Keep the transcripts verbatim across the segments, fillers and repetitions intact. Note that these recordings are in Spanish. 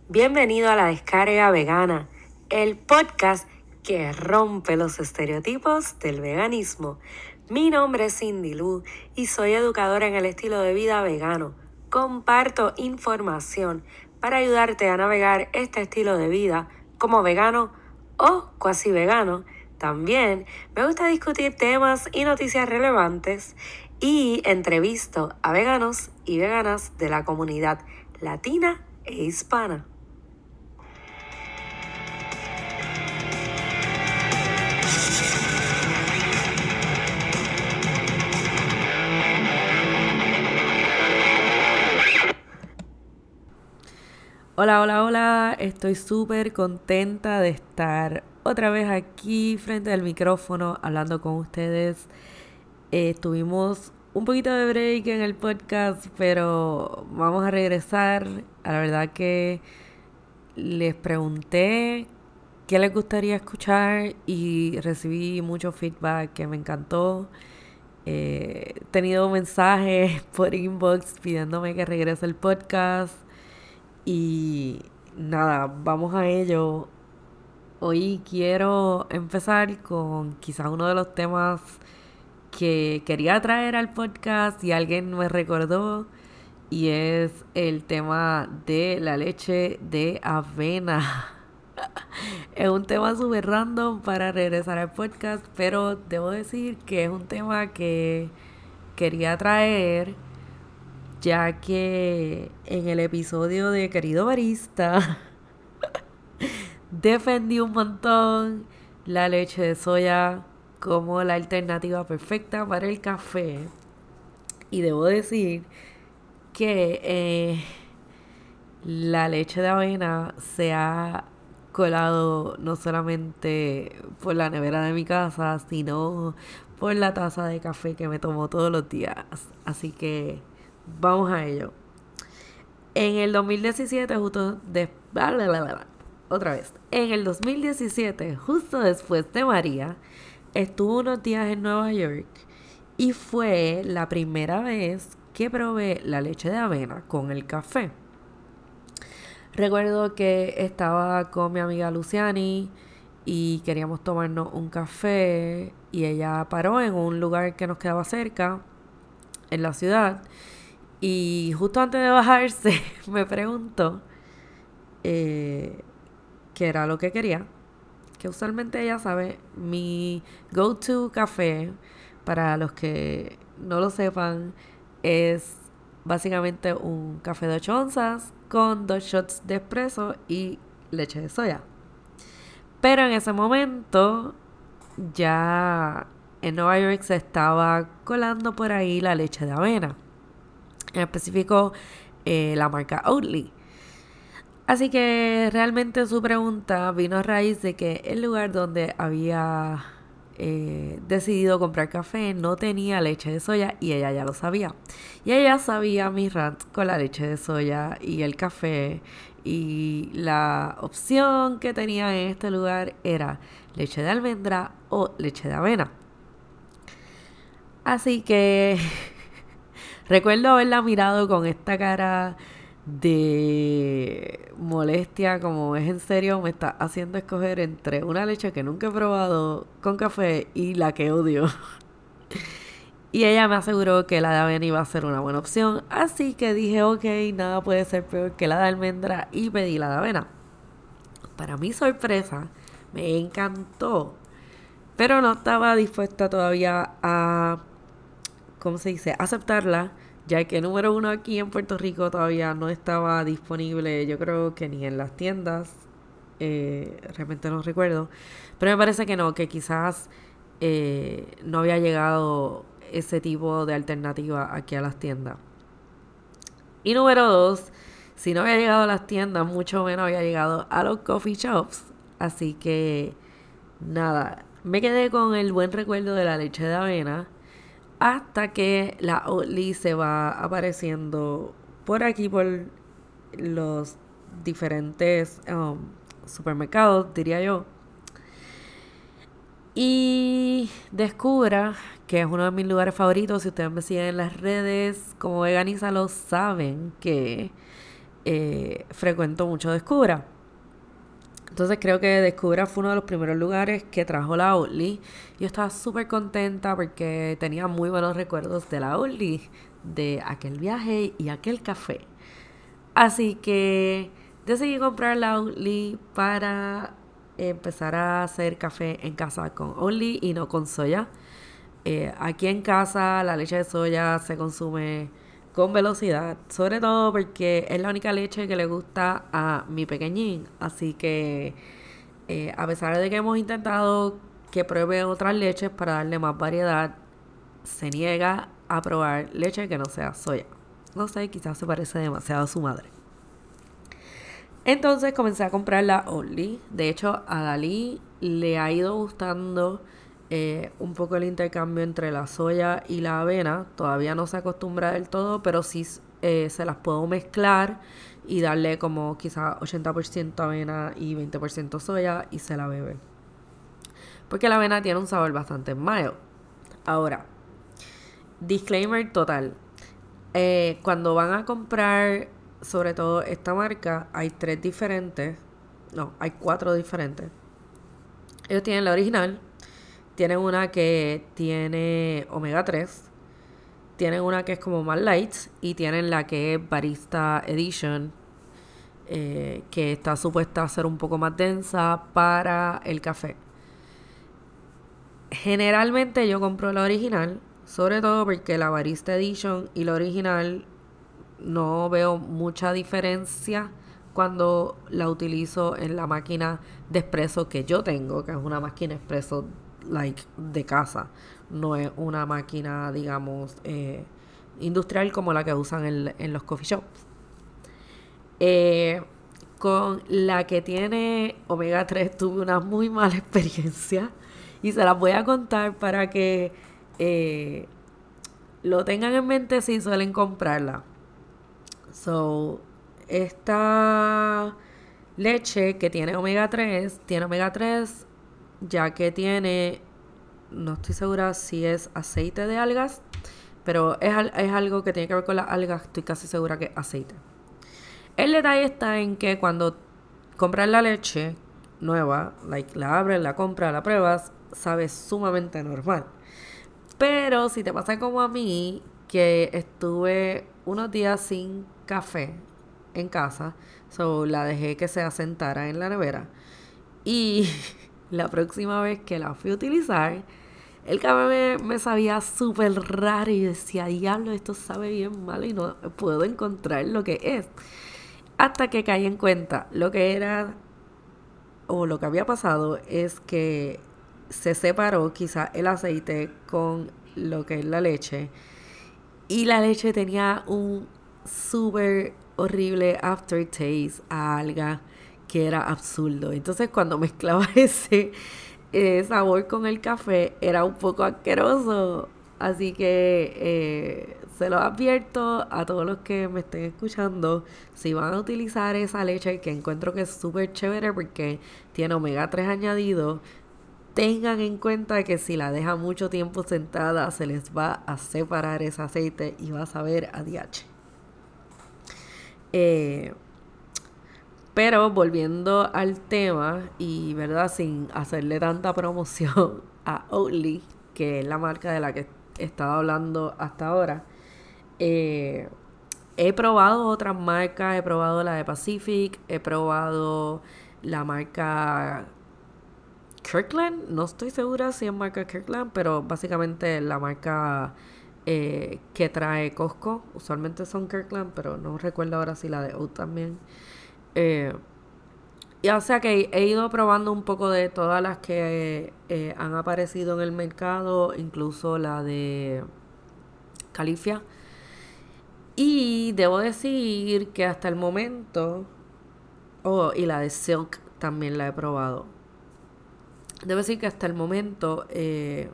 Bienvenido a La Descarga Vegana, el podcast que rompe los estereotipos del veganismo. Mi nombre es Cindy Lu y soy educadora en el estilo de vida vegano. Comparto información para ayudarte a navegar este estilo de vida como vegano o cuasi vegano. También me gusta discutir temas y noticias relevantes y entrevisto a veganos y veganas de la comunidad latina e hispana. Hola, hola, hola, estoy súper contenta de estar otra vez aquí frente al micrófono hablando con ustedes. Eh, tuvimos un poquito de break en el podcast, pero vamos a regresar. A la verdad que les pregunté qué les gustaría escuchar y recibí mucho feedback que me encantó. Eh, he tenido mensajes por inbox pidiéndome que regrese el podcast. Y nada, vamos a ello. Hoy quiero empezar con quizás uno de los temas que quería traer al podcast y alguien me recordó, y es el tema de la leche de avena. Es un tema súper random para regresar al podcast, pero debo decir que es un tema que quería traer ya que en el episodio de Querido Barista defendí un montón la leche de soya como la alternativa perfecta para el café. Y debo decir que eh, la leche de avena se ha colado no solamente por la nevera de mi casa, sino por la taza de café que me tomo todos los días. Así que vamos a ello. En el dos mil diecisiete, justo de... Otra vez. En el dos mil diecisiete, justo después de María, estuve unos días en Nueva York y fue la primera vez que probé la leche de avena con el café. Recuerdo que estaba con mi amiga Luciani y queríamos tomarnos un café y ella paró en un lugar que nos quedaba cerca, en la ciudad. Y justo antes de bajarse me preguntó eh, qué era lo que quería. Que usualmente ella sabe, mi go-to café, para los que no lo sepan, es básicamente un café de ocho onzas con dos shots de espresso y leche de soya. Pero en ese momento ya en Nueva York se estaba colando por ahí la leche de avena. En específico, eh, la marca Oatly. Así que realmente su pregunta vino a raíz de que el lugar donde había eh, decidido comprar café no tenía leche de soya y ella ya lo sabía. Y ella sabía mi rant con la leche de soya y el café. Y la opción que tenía en este lugar era leche de almendra o leche de avena. Así que recuerdo haberla mirado con esta cara de molestia, como es en serio, me está haciendo escoger entre una leche que nunca he probado con café y la que odio. Y ella me aseguró que la de avena iba a ser una buena opción, así que dije, ok, nada puede ser peor que la de almendra y pedí la de avena. Para mi sorpresa, me encantó, pero no estaba dispuesta todavía a, ¿cómo se dice?, aceptarla, ya que número uno, aquí en Puerto Rico todavía no estaba disponible, yo creo que ni en las tiendas, eh, realmente no recuerdo, pero me parece que no, que quizás eh, no había llegado ese tipo de alternativa aquí a las tiendas. Y número dos, si no había llegado a las tiendas, mucho menos había llegado a los coffee shops, así que nada, me quedé con el buen recuerdo de la leche de avena, hasta que la Oatly se va apareciendo por aquí, por los diferentes um, supermercados, diría yo. Y descubra que es uno de mis lugares favoritos. Si ustedes me siguen en las redes como Veganízalo, saben que eh, frecuento mucho Descubra. Entonces creo que Descubra fue uno de los primeros lugares que trajo la Oatly. Yo estaba súper contenta porque tenía muy buenos recuerdos de la Oatly, de aquel viaje y aquel café. Así que decidí comprar la Oatly para empezar a hacer café en casa con Oatly y no con soya. Eh, aquí en casa la leche de soya se consume con velocidad, sobre todo porque es la única leche que le gusta a mi pequeñín. Así que eh, a pesar de que hemos intentado que pruebe otras leches para darle más variedad, se niega a probar leche que no sea soya. No sé, quizás se parece demasiado a su madre. Entonces comencé a comprar la Oatly. De hecho, a Dalí le ha ido gustando eh, un poco el intercambio entre la soya y la avena. Todavía no se acostumbra del todo, pero sí eh, se las puedo mezclar y darle como quizás ochenta por ciento avena y veinte por ciento soya y se la bebe. Porque la avena tiene un sabor bastante mild. Ahora, disclaimer total. Eh, cuando van a comprar, sobre todo esta marca, hay tres diferentes. No, hay cuatro diferentes. Ellos tienen la original. Tienen una que tiene omega tres. Tienen una que es como más light. Y tienen la que es Barista Edition. Eh, que está supuesta a ser un poco más densa para el café. Generalmente yo compro la original. Sobre todo porque la Barista Edition y la original no veo mucha diferencia cuando la utilizo en la máquina de espresso que yo tengo, que es una máquina espresso like de casa. No es una máquina, digamos, eh, industrial como la que usan en, en los coffee shops. Eh, con la que tiene omega tres tuve una muy mala experiencia y se las voy a contar para que eh, lo tengan en mente si suelen comprarla. So, esta leche que tiene omega tres, tiene omega tres ya que tiene, no estoy segura si es aceite de algas, pero es, es algo que tiene que ver con las algas, estoy casi segura que es aceite. El detalle está en que cuando compras la leche nueva, like, la abres, la compras, la pruebas, sabe sumamente normal. Pero si te pasa como a mí, que estuve unos días sin café en casa, so la dejé que se asentara en la nevera. Y la próxima vez que la fui a utilizar, el café me, me sabía súper raro y decía, diablo, esto sabe bien mal y no puedo encontrar lo que es. Hasta que caí en cuenta, lo que era o lo que había pasado es que se separó quizá el aceite con lo que es la leche y la leche tenía un súper horrible aftertaste a alga que era absurdo. Entonces cuando mezclaba ese eh, sabor con el café era un poco asqueroso. Así que eh, se lo advierto a todos los que me estén escuchando. Si van a utilizar esa leche, que encuentro que es súper chévere porque tiene omega tres añadido, tengan en cuenta que si la dejan mucho tiempo sentada, se les va a separar ese aceite y va a saber a D H. Eh, pero volviendo al tema, y verdad, sin hacerle tanta promoción a Oatly, que es la marca de la que he estado hablando hasta ahora, eh, he probado otras marcas, he probado la de Pacific, he probado la marca Kirkland, no estoy segura si es marca Kirkland, pero básicamente la marca eh, que trae Costco, usualmente son Kirkland, pero no recuerdo ahora si la de Oat también. Eh, y o sea que he ido probando un poco de todas las que eh, han aparecido en el mercado, incluso la de Califia. Y debo decir que hasta el momento, oh, y la de Silk también la he probado. Debo decir que hasta el momento eh,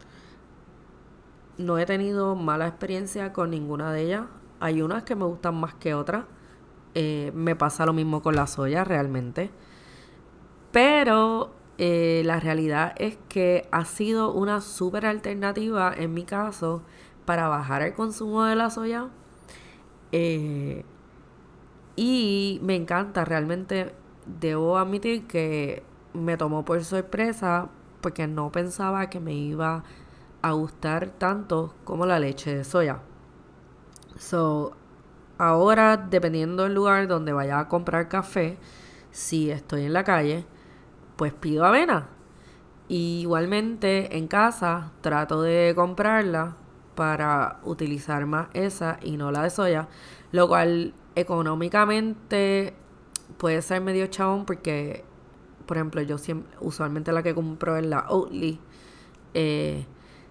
no he tenido mala experiencia con ninguna de ellas. Hay unas que me gustan más que otras. Eh, me pasa lo mismo con la soya realmente. Pero eh, la realidad es que ha sido una súper alternativa en mi caso para bajar el consumo de la soya. Eh, Y me encanta, realmente debo admitir que me tomó por sorpresa porque no pensaba que me iba a gustar tanto como la leche de soya. So, ahora, dependiendo del lugar donde vaya a comprar café, si estoy en la calle, pues pido avena. Y igualmente en casa trato de comprarla para utilizar más esa y no la de soya, lo cual económicamente puede ser medio chabón porque, por ejemplo, yo siempre, usualmente la que compro es la Oatly. Eh,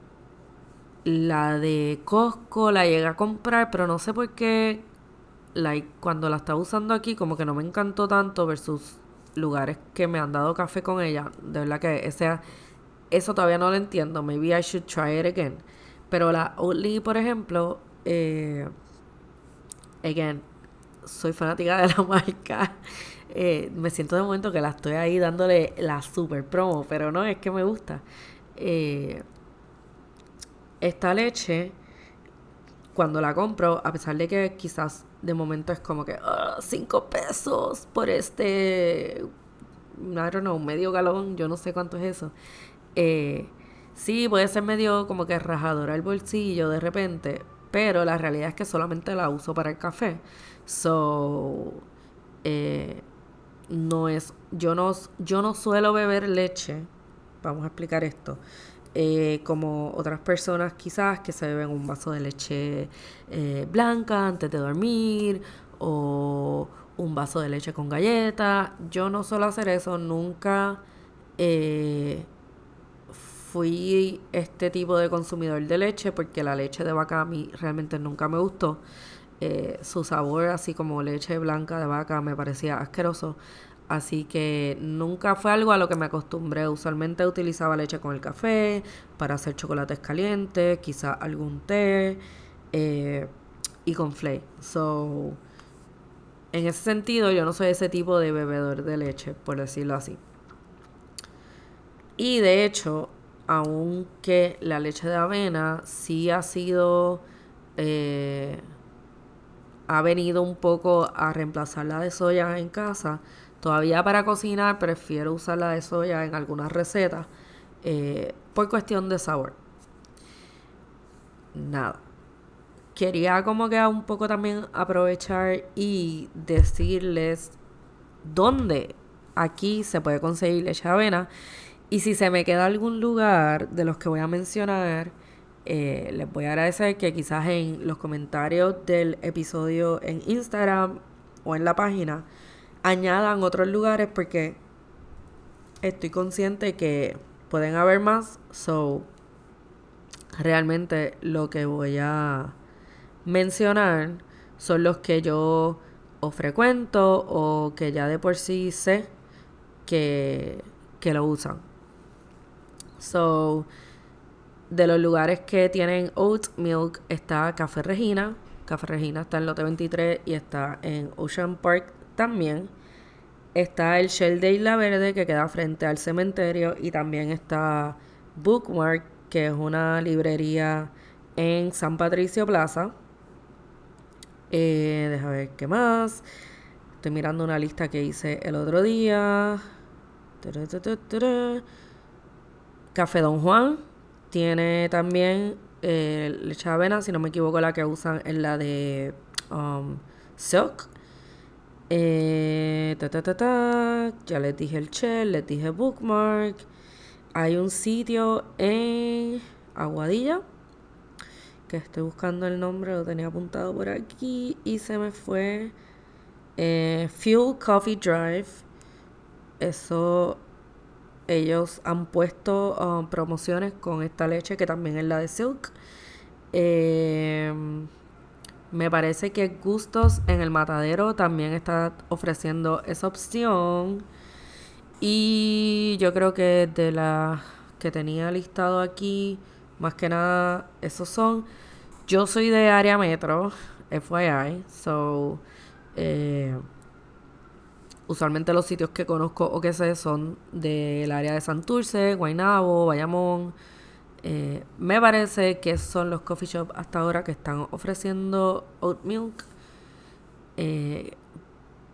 la de Costco la llegué a comprar, pero no sé por qué, like, cuando la estaba usando aquí, como que no me encantó tanto versus lugares que me han dado café con ella. De verdad que ese, eso todavía no lo entiendo. Maybe I should try it again. Pero la Oatly, por ejemplo, eh, again, soy fanática de la marca. Eh, me siento de momento que la estoy ahí dándole la super promo, pero no, es que me gusta. Eh, esta leche, cuando la compro, a pesar de que quizás de momento es como que uh, cinco pesos por este, I don't know, medio galón, yo no sé cuánto es eso. Eh, sí, puede ser medio como que rajadora el bolsillo de repente, pero la realidad es que solamente la uso para el café. So, eh, no es, yo no, yo no suelo beber leche, vamos a explicar esto, eh, como otras personas quizás que se beben un vaso de leche eh, blanca antes de dormir o un vaso de leche con galleta. Yo no suelo hacer eso, nunca eh, fui este tipo de consumidor de leche porque la leche de vaca a mí realmente nunca me gustó. Eh, su sabor, así como leche blanca de vaca, me parecía asqueroso. Así que nunca fue algo a lo que me acostumbré. Usualmente utilizaba leche con el café, para hacer chocolates calientes, quizá algún té eh, y con flake. So, en ese sentido, yo no soy ese tipo de bebedor de leche, por decirlo así. Y de hecho, aunque la leche de avena sí ha sido, eh, ha venido un poco a reemplazar la de soya en casa, todavía para cocinar prefiero usar la de soya en algunas recetas eh, por cuestión de sabor. Nada. Quería como que un poco también aprovechar y decirles dónde aquí se puede conseguir leche de avena. Y si se me queda algún lugar de los que voy a mencionar, eh, les voy a agradecer que quizás en los comentarios del episodio en Instagram o en la página añadan otros lugares porque estoy consciente que pueden haber más. So, realmente lo que voy a mencionar son los que yo o frecuento o que ya de por sí sé que, que lo usan. So, de los lugares que tienen oat milk está Café Regina. Café Regina está en Lote veintitrés y está en Ocean Park también. Está el Shell de Isla Verde que queda frente al cementerio y también está Bookmark, que es una librería en San Patricio Plaza. Eh, deja ver qué más. Estoy mirando una lista que hice el otro día. Café Don Juan tiene también eh, leche de avena, si no me equivoco, la que usan es la de um, Silk. Eh, ta, ta, ta, ta. Ya les dije el Shell, les dije Bookmark. Hay un sitio en Aguadilla que estoy buscando el nombre, lo tenía apuntado por aquí y se me fue. Eh, Fuel Coffee Drive. Eso, ellos han puesto um, promociones con esta leche que también es la de Silk. Eh, me parece que Gustos en el Matadero también está ofreciendo esa opción. Y yo creo que de las que tenía listado aquí, más que nada, esos son. Yo soy de área metro, F Y I, so eh, usualmente los sitios que conozco o que sé son del área de Santurce, Guaynabo, Bayamón. Eh, me parece que son los coffee shops hasta ahora que están ofreciendo oat milk. Eh,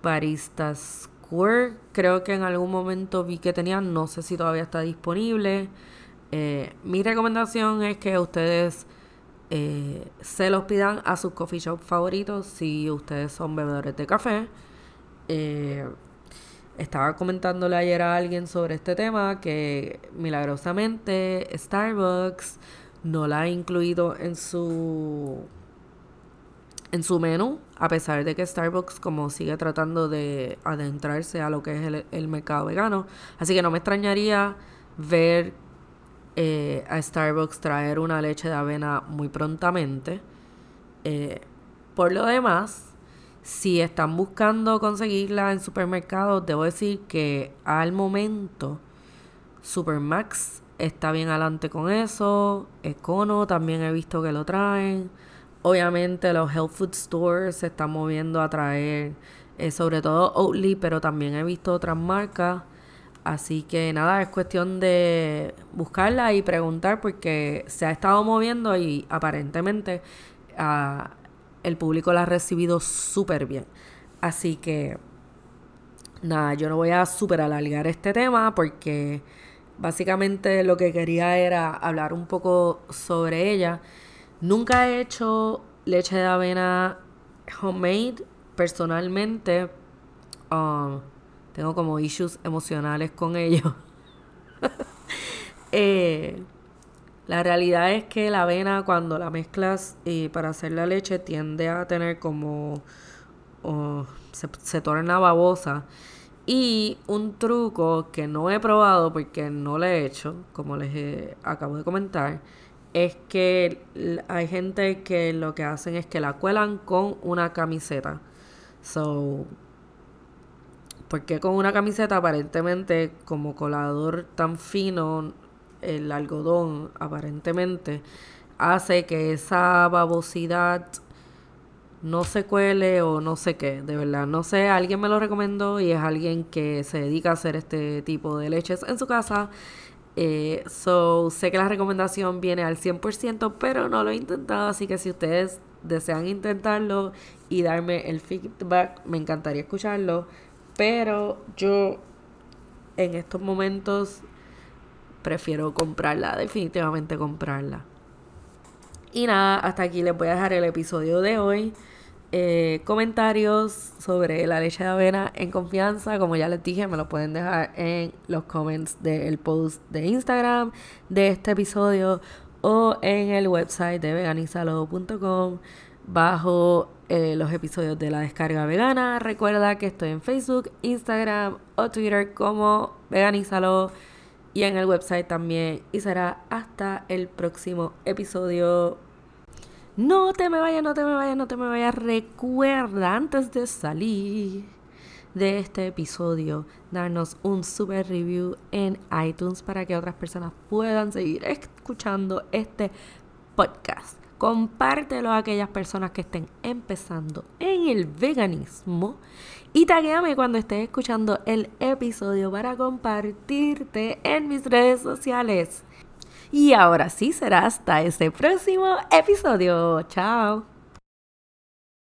Barista Square, creo que en algún momento vi que tenían, no sé si todavía está disponible. Eh, mi recomendación es que ustedes eh, se los pidan a sus coffee shop favoritos si ustedes son bebedores de café. Eh, estaba comentándole ayer a alguien sobre este tema que milagrosamente Starbucks no la ha incluido en su en su menú, a pesar de que Starbucks como sigue tratando de adentrarse a lo que es el, el mercado vegano. Así que no me extrañaría ver eh, a Starbucks traer una leche de avena muy prontamente. Eh, por lo demás, si están buscando conseguirla en supermercados, debo decir que al momento Supermax está bien adelante con eso. Econo también he visto que lo traen. Obviamente los health food stores se están moviendo a traer eh, sobre todo Oatly, pero también he visto otras marcas. Así que nada, es cuestión de buscarla y preguntar porque se ha estado moviendo y aparentemente uh, el público la ha recibido súper bien. Así que nada, yo no voy a súper alargar este tema porque básicamente lo que quería era hablar un poco sobre ella. Nunca he hecho leche de avena homemade personalmente. Uh, tengo como issues emocionales con ello. eh, la realidad es que la avena cuando la mezclas eh, para hacer la leche tiende a tener como... Uh, se, se torna babosa. Y un truco que no he probado porque no lo he hecho, como les he, acabo de comentar, es que hay gente que lo que hacen es que la cuelan con una camiseta. So, porque con una camiseta aparentemente como colador tan fino, el algodón aparentemente hace que esa babosidad no se cuele o no sé qué, de verdad, no sé, alguien me lo recomendó y es alguien que se dedica a hacer este tipo de leches en su casa. Eh, so, sé que la recomendación viene al cien por ciento, pero no lo he intentado, así que si ustedes desean intentarlo y darme el feedback, me encantaría escucharlo, pero yo en estos momentos prefiero comprarla, definitivamente comprarla. Y nada, hasta aquí les voy a dejar el episodio de hoy. Eh, comentarios sobre la leche de avena en confianza, como ya les dije, me lo pueden dejar en los comments del post de Instagram de este episodio o en el website de veganizalo punto com bajo eh, los episodios de la descarga vegana. Recuerda que estoy en Facebook, Instagram o Twitter como Veganizalo y en el website también. Y será hasta el próximo episodio. No te me vayas, no te me vayas, no te me vayas. Recuerda antes de salir de este episodio darnos un super review en iTunes para que otras personas puedan seguir escuchando este podcast. Compártelo a aquellas personas que estén empezando en el veganismo y taguéame cuando estés escuchando el episodio para compartirte en mis redes sociales. Y ahora sí será hasta ese próximo episodio. Chao.